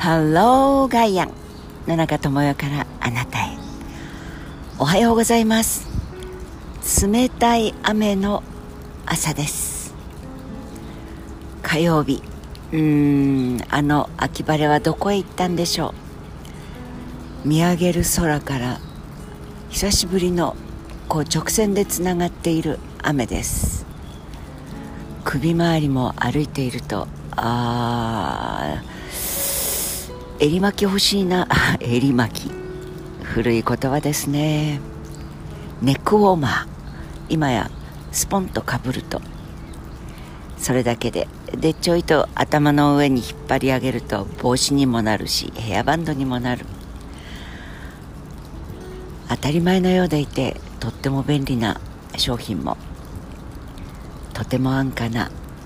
ハローガイアン、野中智代からあなたへ。おはようございます。冷たい雨の朝です。火曜日、あの秋晴れはどこへ行ったんでしょう。見上げる空から久しぶりの直線でつながっている雨です。首周りも歩いていると襟巻き欲しいな。襟巻き、古い言葉ですね。ネックウォーマー、今やスポンとかぶるとそれだけでちょいと頭の上に引っ張り上げると帽子にもなるしヘアバンドにもなる。当たり前のようでいてとっても便利な商品も、とても安価な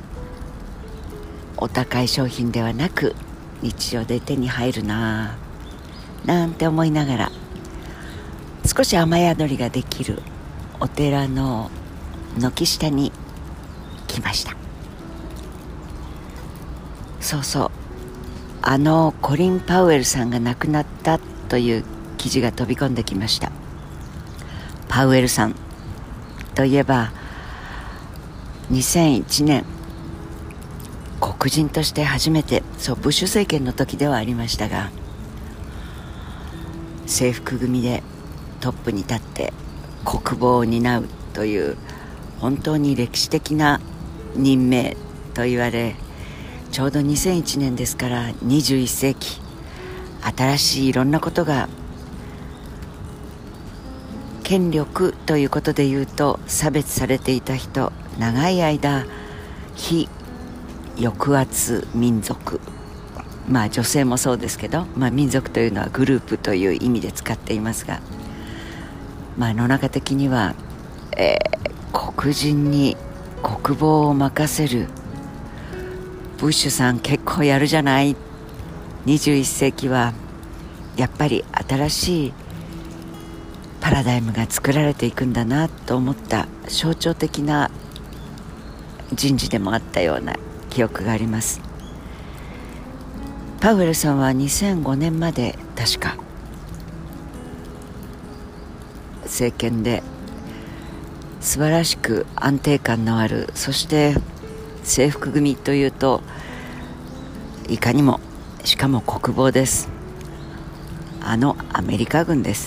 お高い商品ではなく日常で手に入るななんて思いながら、少し雨宿りができるお寺の軒下に来ました。そうそう、コリン・パウエルさんが亡くなったという記事が飛び込んできました。パウエルさんといえば2001年黒人として初めて、ブッシュ政権の時ではありましたが、制服組でトップに立って国防を担うという本当に歴史的な任命と言われ、ちょうど2001年ですから21世紀、新しいいろんなことが、権力ということでいうと差別されていた人、長い間非抑圧民族、女性もそうですけど、民族というのはグループという意味で使っていますが、野中的には、黒人に国防を任せるブッシュさん結構やるじゃない。21世紀はやっぱり新しいパラダイムが作られていくんだなと思った象徴的な人事でもあったような記憶があります。パウエルさんは2005年まで確か政権で素晴らしく安定感のある、そして制服組というといかにも、しかも国防です。アメリカ軍です。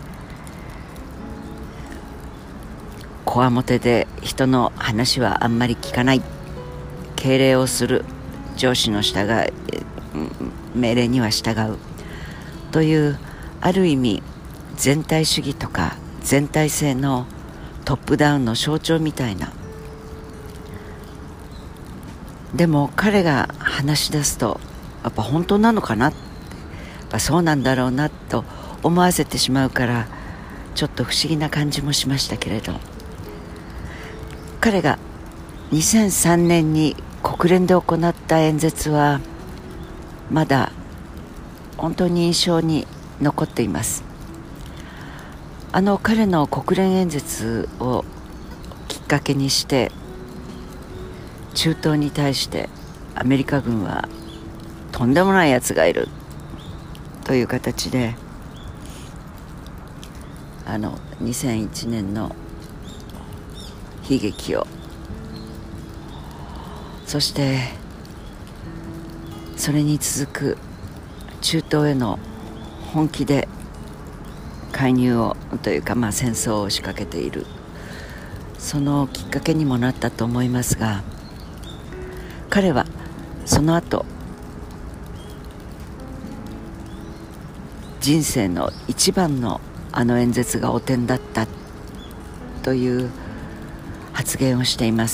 こわもてで人の話はあんまり聞かない、敬礼をする、上司の命令には従うという、ある意味全体主義とか全体性のトップダウンの象徴みたいな。でも彼が話し出すとやっぱ本当なのかな、やっぱそうなんだろうなと思わせてしまうから、ちょっと不思議な感じもしましたけれど、彼が2003年に国連で行った演説はまだ本当に印象に残っています。彼の国連演説をきっかけにして、中東に対してアメリカ軍はとんでもないやつがいるという形で、2001年の悲劇を、そしてそれに続く中東への本気で介入をというか、戦争を仕掛けている、そのきっかけにもなったと思いますが、彼はその後人生の一番の演説が汚点だったという発言をしています。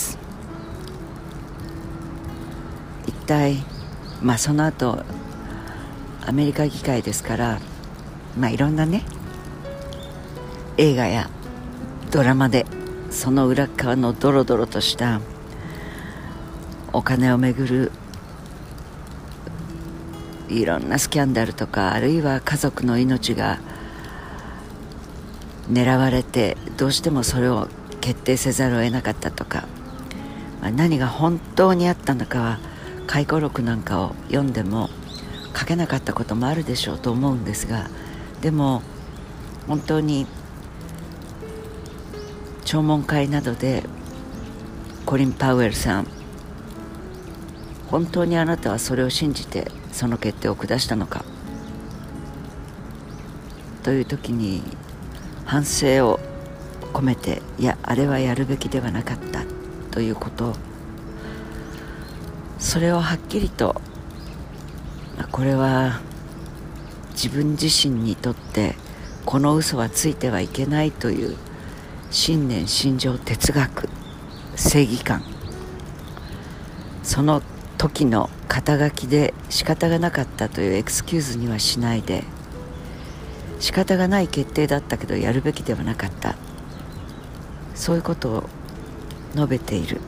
一体、その後アメリカ議会ですから、いろんなね映画やドラマでその裏側のドロドロとしたお金をめぐるいろんなスキャンダルとか、あるいは家族の命が狙われてどうしてもそれを決定せざるを得なかったとか、何が本当にあったのかは回顧録なんかを読んでも書けなかったこともあるでしょうと思うんですが、でも本当に聴聞会などでコリン・パウエルさん、本当にあなたはそれを信じてその決定を下したのかという時に反省を込めて、いやあれはやるべきではなかったということ、それをはっきりと、これは自分自身にとってこの嘘はついてはいけないという信念、信条、哲学、正義感、その時の肩書きで仕方がなかったというエクスキューズにはしないで、仕方がない決定だったけどやるべきではなかった、そういうことを述べている。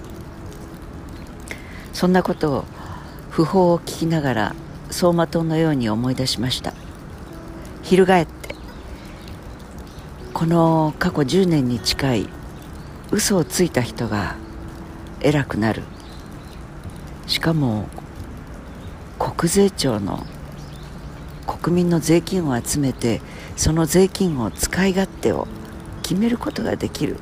そんなことを訃報を聞きながら走馬灯のように思い出しました。翻ってこの過去10年に近い嘘をついた人が偉くなる、しかも国税庁の国民の税金を集めてその税金を使い勝手を決めることができる、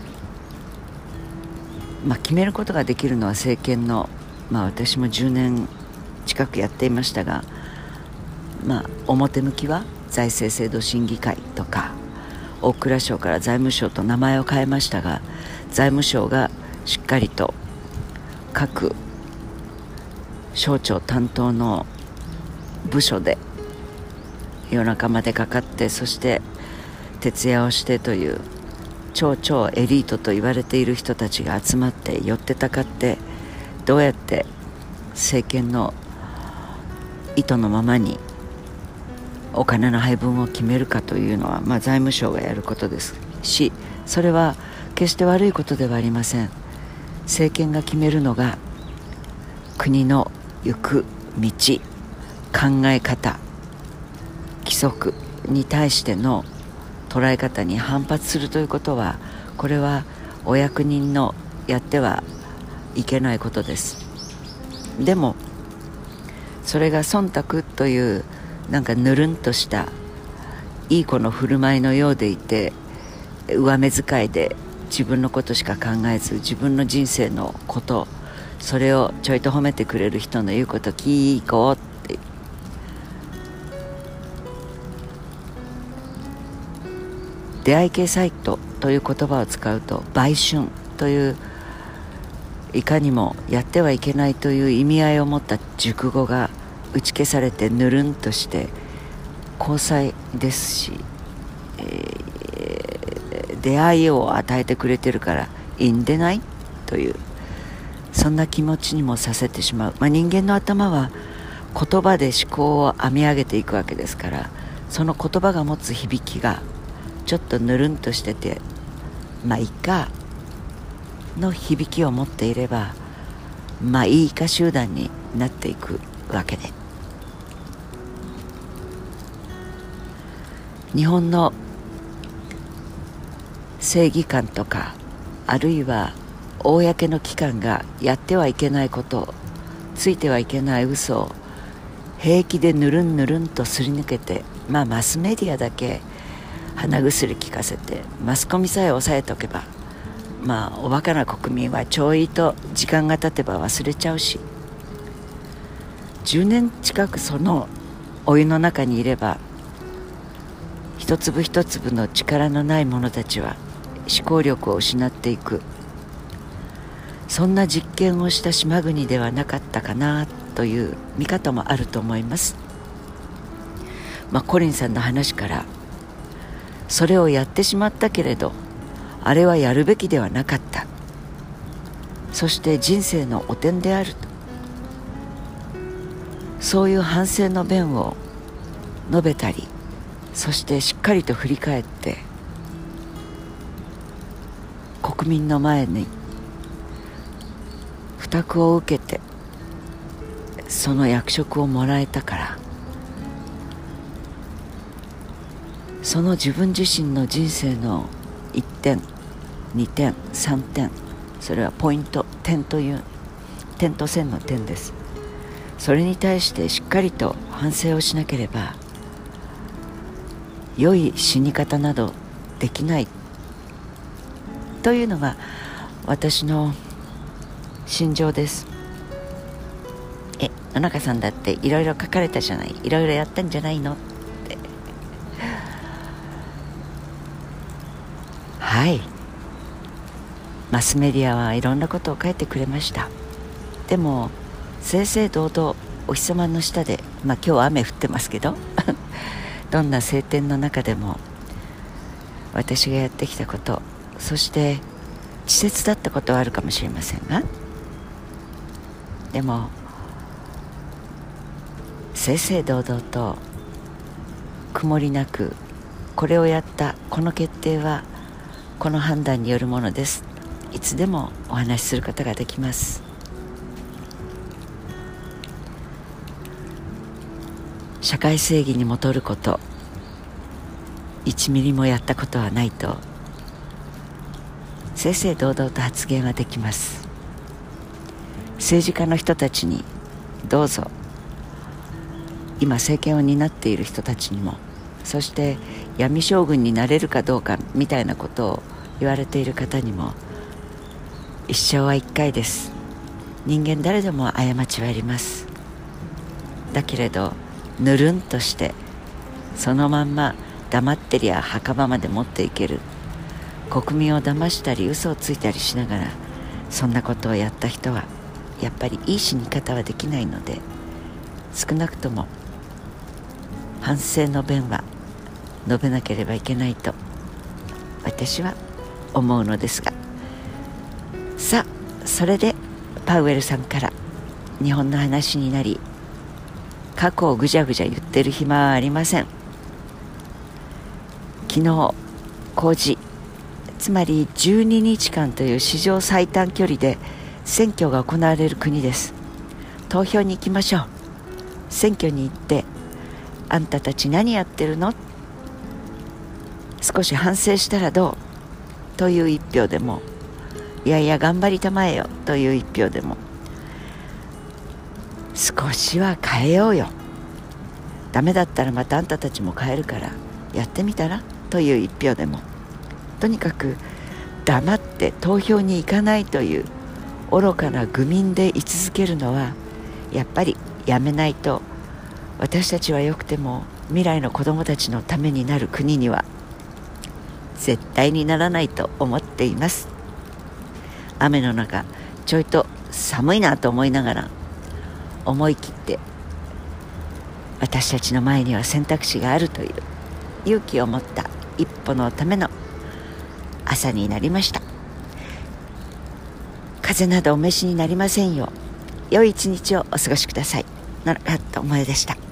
決めることができるのは政権の、私も10年近くやっていましたが、表向きは財政制度審議会とか大蔵省から財務省と名前を変えましたが、財務省がしっかりと各省庁担当の部署で夜中までかかって、そして徹夜をしてという超エリートと言われている人たちが集まって寄ってたかって、どうやって政権の意図のままにお金の配分を決めるかというのは、財務省がやることですし、それは決して悪いことではありません。政権が決めるのが国の行く道、考え方、規則に対しての捉え方に反発するということは、これはお役人のやってはいけないことです。でもそれが忖度というなんかぬるんとしたいい子の振る舞いのようでいて、上目遣いで自分のことしか考えず、自分の人生のこと、それをちょいと褒めてくれる人の言うこと聞こうって、出会い系サイトという言葉を使うと、売春といういかにもやってはいけないという意味合いを持った熟語が打ち消されて、ぬるんとして交際ですし、出会いを与えてくれてるからいいんでないという、そんな気持ちにもさせてしまう。人間の頭は言葉で思考を編み上げていくわけですから、その言葉が持つ響きがちょっとぬるんとしてて、いいかの響きを持っていれば、いいか集団になっていくわけで、日本の正義感とか、あるいは公の機関がやってはいけないこと、ついてはいけない嘘を平気でぬるんぬるんとすり抜けて、マスメディアだけ鼻薬聞かせて、マスコミさえ抑えておけば、おバカな国民はちょいと時間が経てば忘れちゃうし、10年近くそのお湯の中にいれば、一粒一粒の力のない者たちは思考力を失っていく、そんな実験をした島国ではなかったかなという見方もあると思います。コリンさんの話から、それをやってしまったけれど、あれはやるべきではなかった、そして人生の汚点であると、そういう反省の弁を述べたり、そしてしっかりと振り返って国民の前に負託を受けてその役職をもらえたから、その自分自身の人生の1点2点3点、それはポイント、点という点と線の点です。 それに対してしっかりと反省をしなければ良い死に方などできないというのが私の心情です。野中さんだっていろいろ書かれたじゃない、いろいろやったんじゃないのって。はい、マスメディアはいろんなことを書いてくれました。でも正々堂々お日様の下で、今日は雨降ってますけどどんな晴天の中でも私がやってきたこと、そして稚拙だったことはあるかもしれませんが、でも正々堂々と曇りなく、これをやった、この決定はこの判断によるものです、いつでもお話しすることができます。社会正義にもとること、1ミリもやったことはないと正々堂々と発言はできます。政治家の人たちにどうぞ、今政権を担っている人たちにも、そして闇将軍になれるかどうかみたいなことを言われている方にも、一生は一回です。人間誰でも過ちはあります。だけれどぬるんとしてそのまんま黙ってりゃ墓場まで持っていける、国民を騙したり嘘をついたりしながらそんなことをやった人はやっぱりいい死に方はできないので、少なくとも反省の弁は述べなければいけないと私は思うのですが、さあそれでパウエルさんから日本の話になり、過去をぐじゃぐじゃ言ってる暇はありません。昨日公示、つまり12日間という史上最短距離で選挙が行われる国です。投票に行きましょう。選挙に行って、あんたたち何やってるの、少し反省したらどうという一票でも、いやいや頑張りたまえよという一票でも、少しは変えようよ、ダメだったらまたあんたたちも変えるからやってみたらという一票でも、とにかく黙って投票に行かないという愚かな愚民で居続けるのはやっぱりやめないと、私たちはよくても未来の子どもたちのためになる国には絶対にならないと思っています。雨の中ちょいと寒いなと思いながら、思い切って私たちの前には選択肢があるという勇気を持った一歩のための朝になりました。風邪などお召しになりませんよう、良い一日をお過ごしください。野中智恵でした。